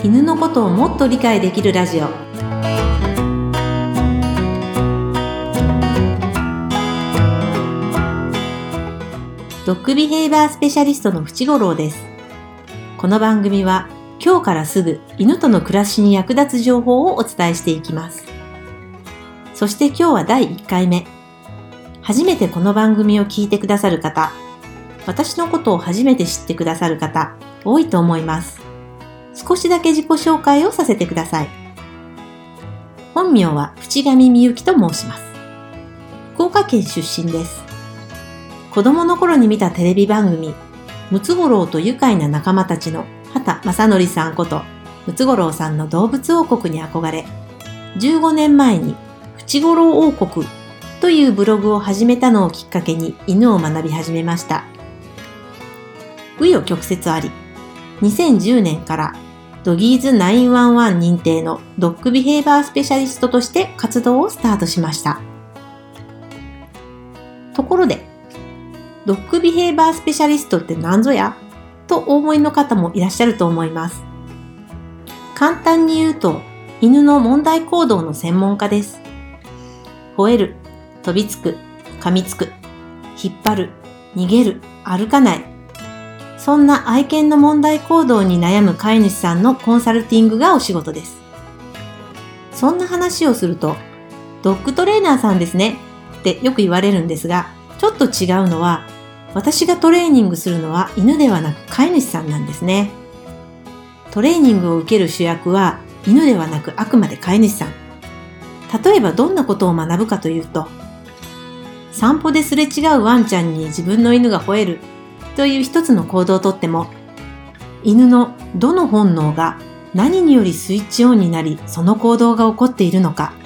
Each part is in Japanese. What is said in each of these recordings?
犬のことをもっと理解できるラジオ。ドッグビヘイバースペシャリストの淵五郎です。この番組は今日からすぐ犬との暮らしに役立つ情報をお伝えしていきます。そして今日は第1回目。初めてこの番組を聞いてくださる方、私のことを初めて知ってくださる方、多いと思います。少しだけ自己紹介をさせてください。本名は淵上美幸と申します。福岡県出身です。子供の頃に見たテレビ番組、ムツゴロウと愉快な仲間たちの畑正則さんことムツゴロウさんの動物王国に憧れ、15年前に淵五郎王国というブログを始めたのをきっかけに犬を学び始めました。紆余曲折あり、2010年からドギーズ911認定のドッグビヘイバースペシャリストとして活動をスタートしました。ところで、ドッグビヘイバースペシャリストって何ぞやとお思いの方もいらっしゃると思います。簡単に言うと、犬の問題行動の専門家です。吠える、飛びつく、噛みつく、引っ張る、逃げる、歩かない。そんな愛犬の問題行動に悩む飼い主さんのコンサルティングがお仕事です。そんな話をすると、ドッグトレーナーさんですねってよく言われるんですが、ちょっと違うのは、私がトレーニングするのは犬ではなく飼い主さんなんですね。トレーニングを受ける主役は犬ではなくあくまで飼い主さん。例えばどんなことを学ぶかというと、散歩ですれ違うワンちゃんに自分の犬が吠えるという一つの行動をとっても、犬のどの本能が何によりスイッチオンになりその行動が起こっているのか、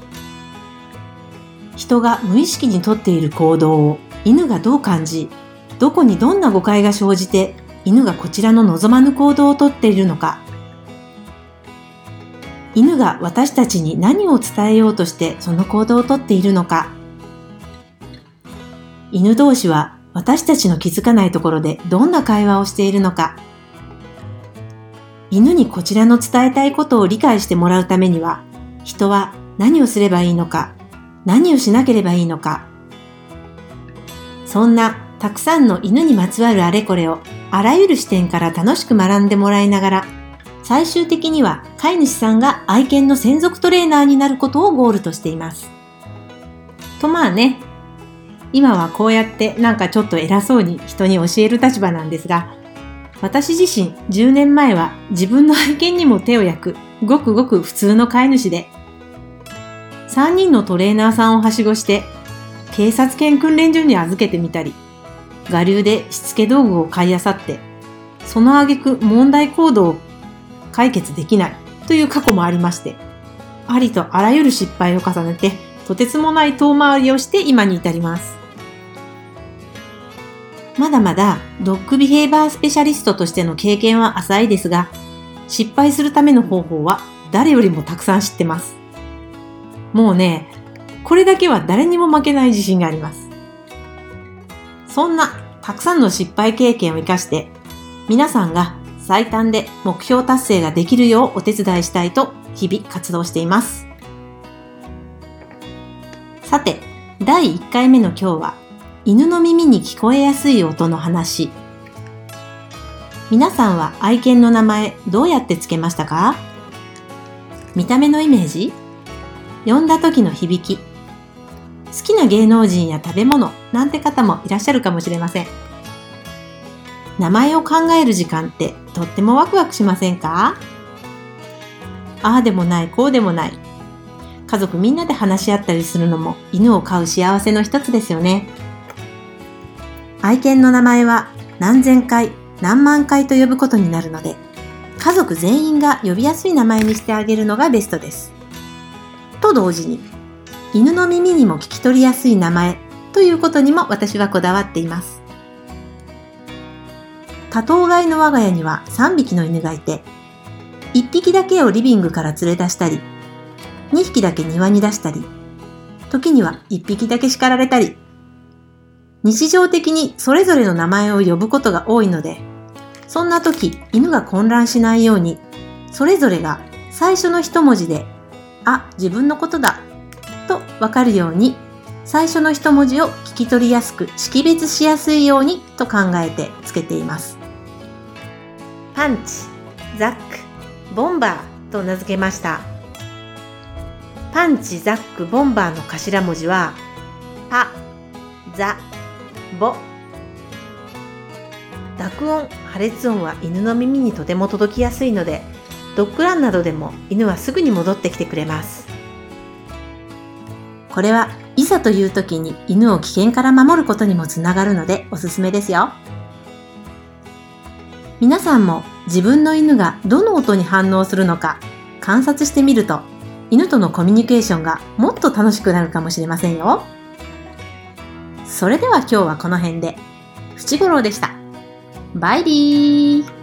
人が無意識にとっている行動を犬がどう感じ、どこにどんな誤解が生じて犬がこちらの望まぬ行動をとっているのか、犬が私たちに何を伝えようとしてその行動をとっているのか、犬同士は私たちの気づかないところでどんな会話をしているのか、犬にこちらの伝えたいことを理解してもらうためには、人は何をすればいいのか、何をしなければいいのか、そんなたくさんの犬にまつわるあれこれをあらゆる視点から楽しく学んでもらいながら、最終的には飼い主さんが愛犬の専属トレーナーになることをゴールとしています。とまあね、今はこうやってなんかちょっと偉そうに人に教える立場なんですが、私自身10年前は自分の愛犬にも手を焼くごくごく普通の飼い主で、3人のトレーナーさんをはしごして警察犬訓練所に預けてみたり、我流でしつけ道具を買い漁って、その挙句問題行動を解決できないという過去もありまして、ありとあらゆる失敗を重ねてとてつもない遠回りをして今に至ります。まだまだドッグビヘイバースペシャリストとしての経験は浅いですが、失敗するための方法は誰よりもたくさん知ってます。もうね、これだけは誰にも負けない自信があります。そんなたくさんの失敗経験を生かして、皆さんが最短で目標達成ができるようお手伝いしたいと日々活動しています。さて、第1回目の今日は、犬の耳に聞こえやすい音の話。皆さんは愛犬の名前どうやってつけましたか？見た目のイメージ？呼んだ時の響き？好きな芸能人や食べ物なんて方もいらっしゃるかもしれません。名前を考える時間ってとってもワクワクしませんか？ああでもないこうでもない。家族みんなで話し合ったりするのも犬を飼う幸せの一つですよね。愛犬の名前は何千回何万回と呼ぶことになるので、家族全員が呼びやすい名前にしてあげるのがベストです。と同時に、犬の耳にも聞き取りやすい名前ということにも私はこだわっています。多頭飼いの我が家には3匹の犬がいて、1匹だけをリビングから連れ出したり、2匹だけ庭に出したり、時には1匹だけ叱られたり、日常的にそれぞれの名前を呼ぶことが多いので、そんな時犬が混乱しないようにそれぞれが最初の一文字で、あ、自分のことだとわかるように、最初の一文字を聞き取りやすく識別しやすいようにと考えてつけています。パンチ、ザック、ボンバーと名付けました。パンチ、ザック、ボンバーの頭文字はパ、ザ、ボ。濁音、破裂音は犬の耳にとても届きやすいので、ドッグランなどでも犬はすぐに戻ってきてくれます。これはいざという時に犬を危険から守ることにもつながるのでおすすめですよ。皆さんも自分の犬がどの音に反応するのか観察してみると、犬とのコミュニケーションがもっと楽しくなるかもしれませんよ。それでは今日はこの辺で。フチゴロウでした。バイビー。